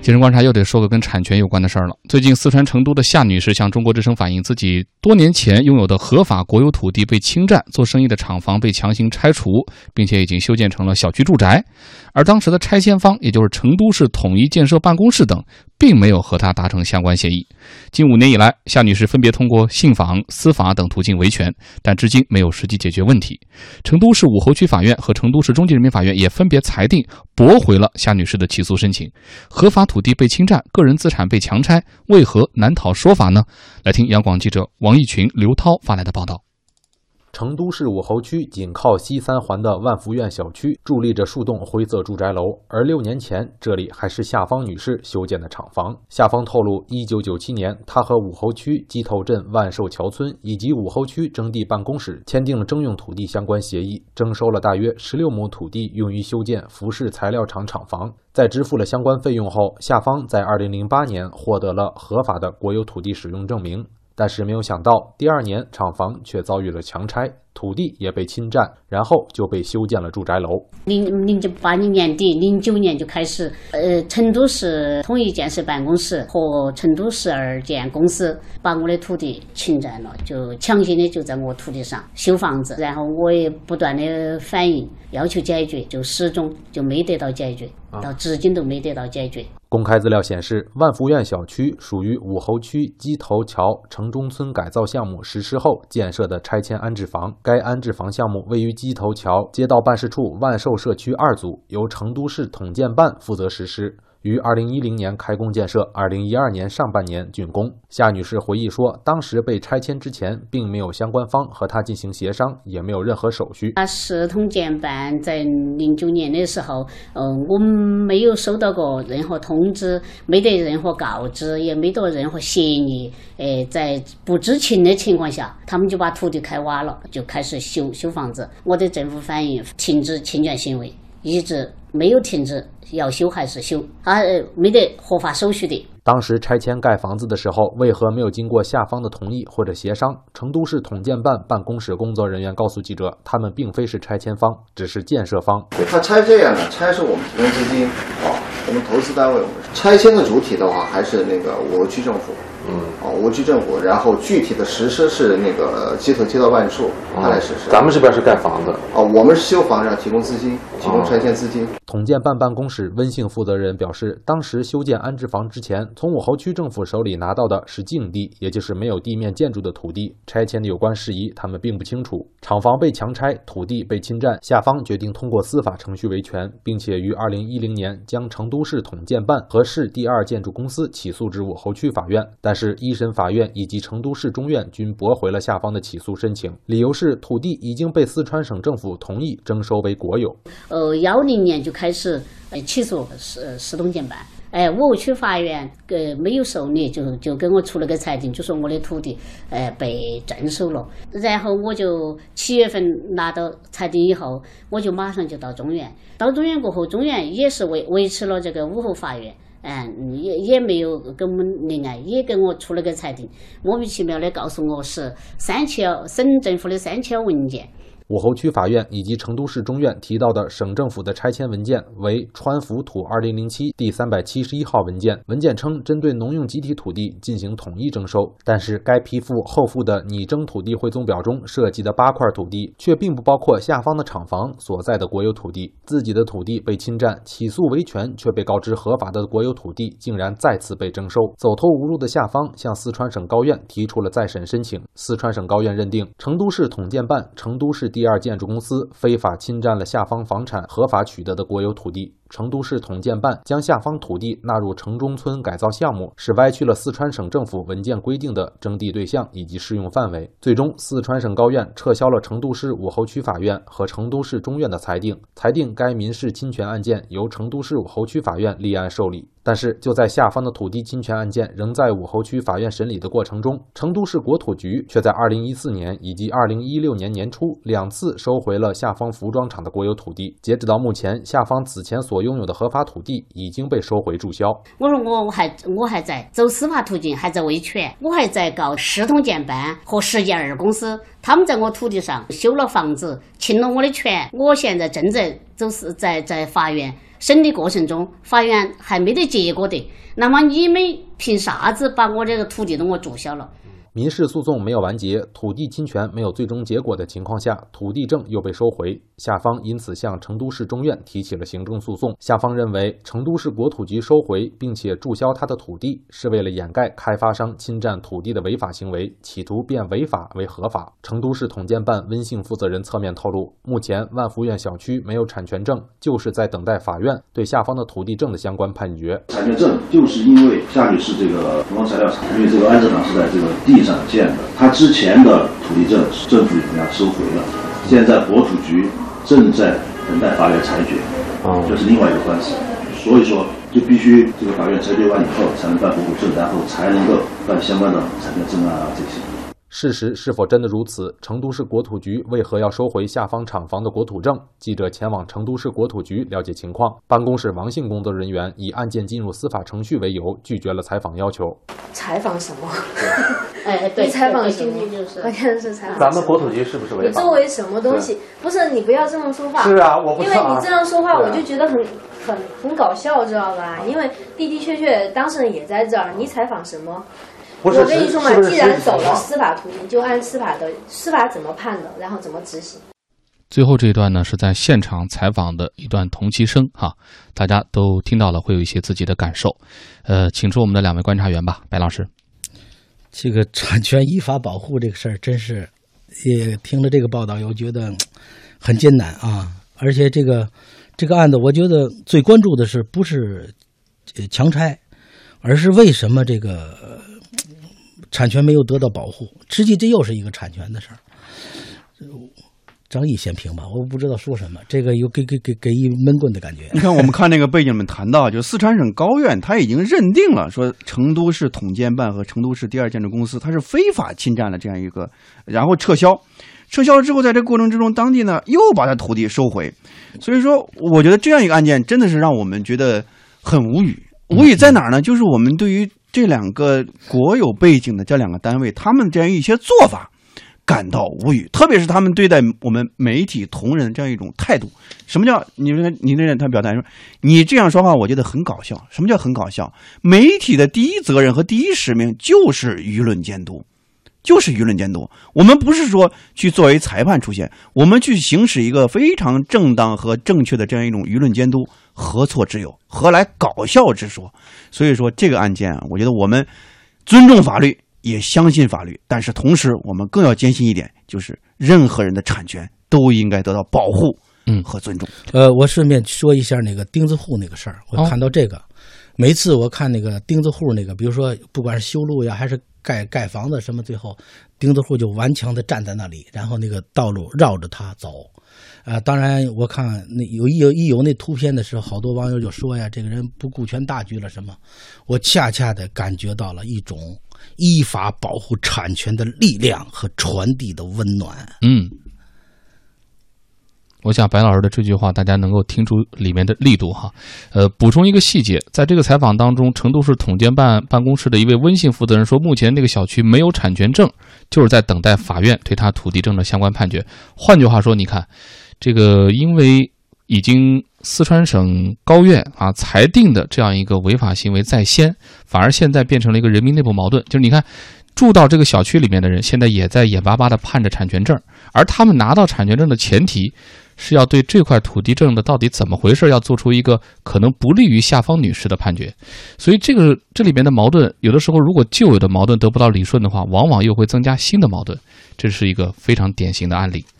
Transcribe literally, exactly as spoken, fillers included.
今日观察又得说个跟产权有关的事儿了。最近四川成都的夏女士向中国之声反映，自己多年前拥有的合法国有土地被侵占，做生意的厂房被强行拆除，并且已经修建成了小区住宅。而当时的拆迁方，也就是成都市统一建设办公室等，并没有和她达成相关协议。近五年以来，夏女士分别通过信访、司法等途径维权，但至今没有实际解决问题。成都市武侯区法院和成都市中级人民法院也分别裁定驳回了夏女士的起诉申请。合法土地被侵占，个人资产被强拆，为何难讨说法呢？来听央广记者王义群、刘涛发来的报道。 成都市武侯区紧靠西三环的万福苑小区伫立着数栋灰色住宅楼，而六年前这里还是夏芳女士修建的厂房。夏芳透露，一九九七年，她和武侯区鸡头镇万寿桥村以及武侯区征地办公室签订了征用土地相关协议，征收了大约十六亩土地，用于修建服饰材料厂厂房。在支付了相关费用后，夏芳在二零零八年获得了合法的国有土地使用证明。但是没有想到，第二年厂房却遭遇了强拆，土地也被侵占，然后就被修建了住宅楼。 零零八零年底，零九年就开始，呃，成都市统一建设办公室和成都市二建公司把我的土地侵占了，就强行的就在我土地上修房子，然后我也不断的反映，要求解决，就始终就没得到解决，到至今都没得到解决。 公开资料显示，万福苑小区属于武侯区鸡头桥城中村改造项目实施后建设的拆迁安置房。该安置房项目位于鸡头桥街道办事处万寿社区二组，由成都市统建办负责实施。于二零一零年开工建设，二零一二年上半年竣工。夏女士回忆说，当时被拆迁之前，并没有相关方和她进行协商，也没有任何手续。 她市统建办在零九年的时候，嗯、呃，我们没有收到过任何通知，没得任何告知，也没得任何协议。呃，在不知情的情况下，他们就把土地开挖了，就开始修修房子。我的政府反映停止侵权行为，一直没有停止。要修还是修，他没得合法手续的。 当时拆迁盖房子的时候，为何没有经过夏方的同意或者协商？成都市统建办办公室工作人员告诉记者，他们并非是拆迁方，只是建设方。 他拆这样的，拆是我们提供资金啊，我们投资单位，我们拆迁的主体的话还是那个武侯区政府。嗯，啊，武侯区政府，然后具体的实施是那个鸡头街道办事处他来实施。 咱们这边是盖房子， 啊，我们是修房上提供资金，提供拆迁资金。 统建办办公室温姓负责人表示，当时修建安置房之前，从武侯区政府手里拿到的是净地，也就是没有地面建筑的土地，拆迁的有关事宜他们并不清楚。厂房被强拆，土地被侵占，夏方决定通过司法程序维权，并且于二零一零年将成都市统建办和市第二建筑公司起诉至武侯区法院，但是一审法院以及成都市中院均驳回了夏方的起诉申请，理由是土地已经被四川省政府同意征收为国有。 呃，幺零年就开始呃起诉市市统建办，哎，武侯区法院呃没有受理，就就给我出了个裁定，就说我的土地呃被征收了。然后我就七月份拿到裁定以后，我就马上就到中院，到中院过后，中院也是维维持了这个武侯法院。嗯，也也没有跟我们立案，也给我出了个裁定，莫名其妙的告诉我是三签省政府的三签文件。 武侯区法院以及成都市中院提到的省政府的拆迁文件为川府土二零零七第三百七十一号文件，文件称针对农用集体土地进行统一征收，但是该批复后附的拟征土地汇总表中涉及的八块土地却并不包括下方的厂房所在的国有土地，自己的土地被侵占，起诉维权却被告知合法的国有土地竟然再次被征收，走投无路的夏方向四川省高院提出了再审申请。四川省高院认定成都市统建办、成都市第二建筑公司非法侵占了夏方房产合法取得的国有土地，成都市统建办将夏方土地纳入城中村改造项目，是歪曲了四川省政府文件规定的征地对象以及适用范围。最终，四川省高院撤销了成都市武侯区法院和成都市中院的裁定，裁定该民事侵权案件由成都市武侯区法院立案受理。但是，就在夏方的土地侵权案件仍在武侯区法院审理的过程中，成都市国土局却在二零一四年以及二零一六年年初两次收回了夏方服装厂的国有土地。截止到目前，夏方此前所拥有的合法土地已经被收回注销。 我说我还我还在走司法途径，还在维权，我还在告市统建办和市建二公司，他们在我土地上修了房子，侵了我的权。我现在正在走是在在法院审理过程中，法院还没得结果的，那么你们凭啥子把我这个土地都我注销了？ 民事诉讼没有完结，土地侵权没有最终结果的情况下，土地证又被收回，下方因此向成都市中院提起了行政诉讼。下方认为，成都市国土局收回并且注销他的土地，是为了掩盖开发商侵占土地的违法行为，企图变违法为合法。成都市统建办温姓负责人侧面透露，目前万福苑小区没有产权证，就是在等待法院对下方的土地证的相关判决。 产权证就是因为下面是这个服装材料厂，因为这个安置厂是在这个地上建的，他之前的土地证政府已经要收回了，现在国土局正在等待法院裁决，这是另外一个官司，所以说就必须这个法院裁决完以后才能办国土证，然后才能够办相关的产权证啊这些。 事实是否真的如此？成都市国土局为何要收回下方厂房的国土证？记者前往成都市国土局了解情况，办公室王姓工作人员以案件进入司法程序为由，拒绝了采访要求。 采访什么？ 哎，对， 采访什么？ 就是关键是采访。 咱们国土局是不是违法？ 你作为什么东西？不是你不要这么说话。 是啊，我不知道啊。 因为你这样说话，我就觉得很很很搞笑，知道吧？因为的的确确当事人也在这儿，你采访什么？我跟你说嘛，既然走了司法途径，就按司法的司法怎么判的，然后怎么执行。 最后这一段呢，是在现场采访的一段同期声哈，大家都听到了，会有一些自己的感受。呃，请出我们的两位观察员吧，白老师。 这个产权依法保护这个事儿，真是也听了这个报道，我觉得很艰难啊。而且这个这个案子，我觉得最关注的是不是强拆，而是为什么这个产权没有得到保护？实际这又是一个产权的事儿。张毅先评吧，我不知道说什么，这个有给给给给一闷棍的感觉。 你看，我们看那个背景里面谈到，就四川省高院他已经认定了，说成都市统建办和成都市第二建筑公司它是非法侵占了这样一个，然后撤销，撤销了之后，在这个过程之中，当地呢又把它土地收回，所以说，我觉得这样一个案件真的是让我们觉得很无语。无语在哪儿呢？就是我们对于这两个国有背景的这两个单位，他们这样一些做法感到无语，特别是他们对待我们媒体同仁这样一种态度。什么叫你说你那人他表达说你这样说话，我觉得很搞笑。什么叫很搞笑？媒体的第一责任和第一使命就是舆论监督，就是舆论监督。我们不是说去作为裁判出现，我们去行使一个非常正当和正确的这样一种舆论监督，何错之有？何来搞笑之说？所以说这个案件啊，我觉得我们尊重法律，也相信法律，但是同时我们更要坚信一点，就是任何人的产权都应该得到保护嗯和尊重。 呃，我顺便说一下那个钉子户那个事儿，我看到这个，哦、每次我看那个钉子户那个，比如说不管是修路呀，还是盖盖房子什么，最后钉子户就顽强的站在那里，然后那个道路绕着他走。啊、呃，当然我看那有一有一有那图片的时候，好多网友就说呀，这个人不顾全大局了什么。我恰恰的感觉到了一种依法保护产权的力量和传递的温暖。 嗯，我想白老师的这句话大家能够听出里面的力度哈。呃，补充一个细节，在这个采访当中，成都市统建办办公室的一位温姓负责人说，目前那个小区没有产权证，就是在等待法院对他土地证的相关判决。换句话说，你看这个因为已经四川省高院啊裁定的这样一个违法行为在先，反而现在变成了一个人民内部矛盾。就是你看住到这个小区里面的人现在也在眼巴巴的盼着产权证，而他们拿到产权证的前提是要对这块土地证的到底怎么回事要做出一个可能不利于下方女士的判决。所以这个这里面的矛盾，有的时候如果旧有的矛盾得不到理顺的话，往往又会增加新的矛盾，这是一个非常典型的案例。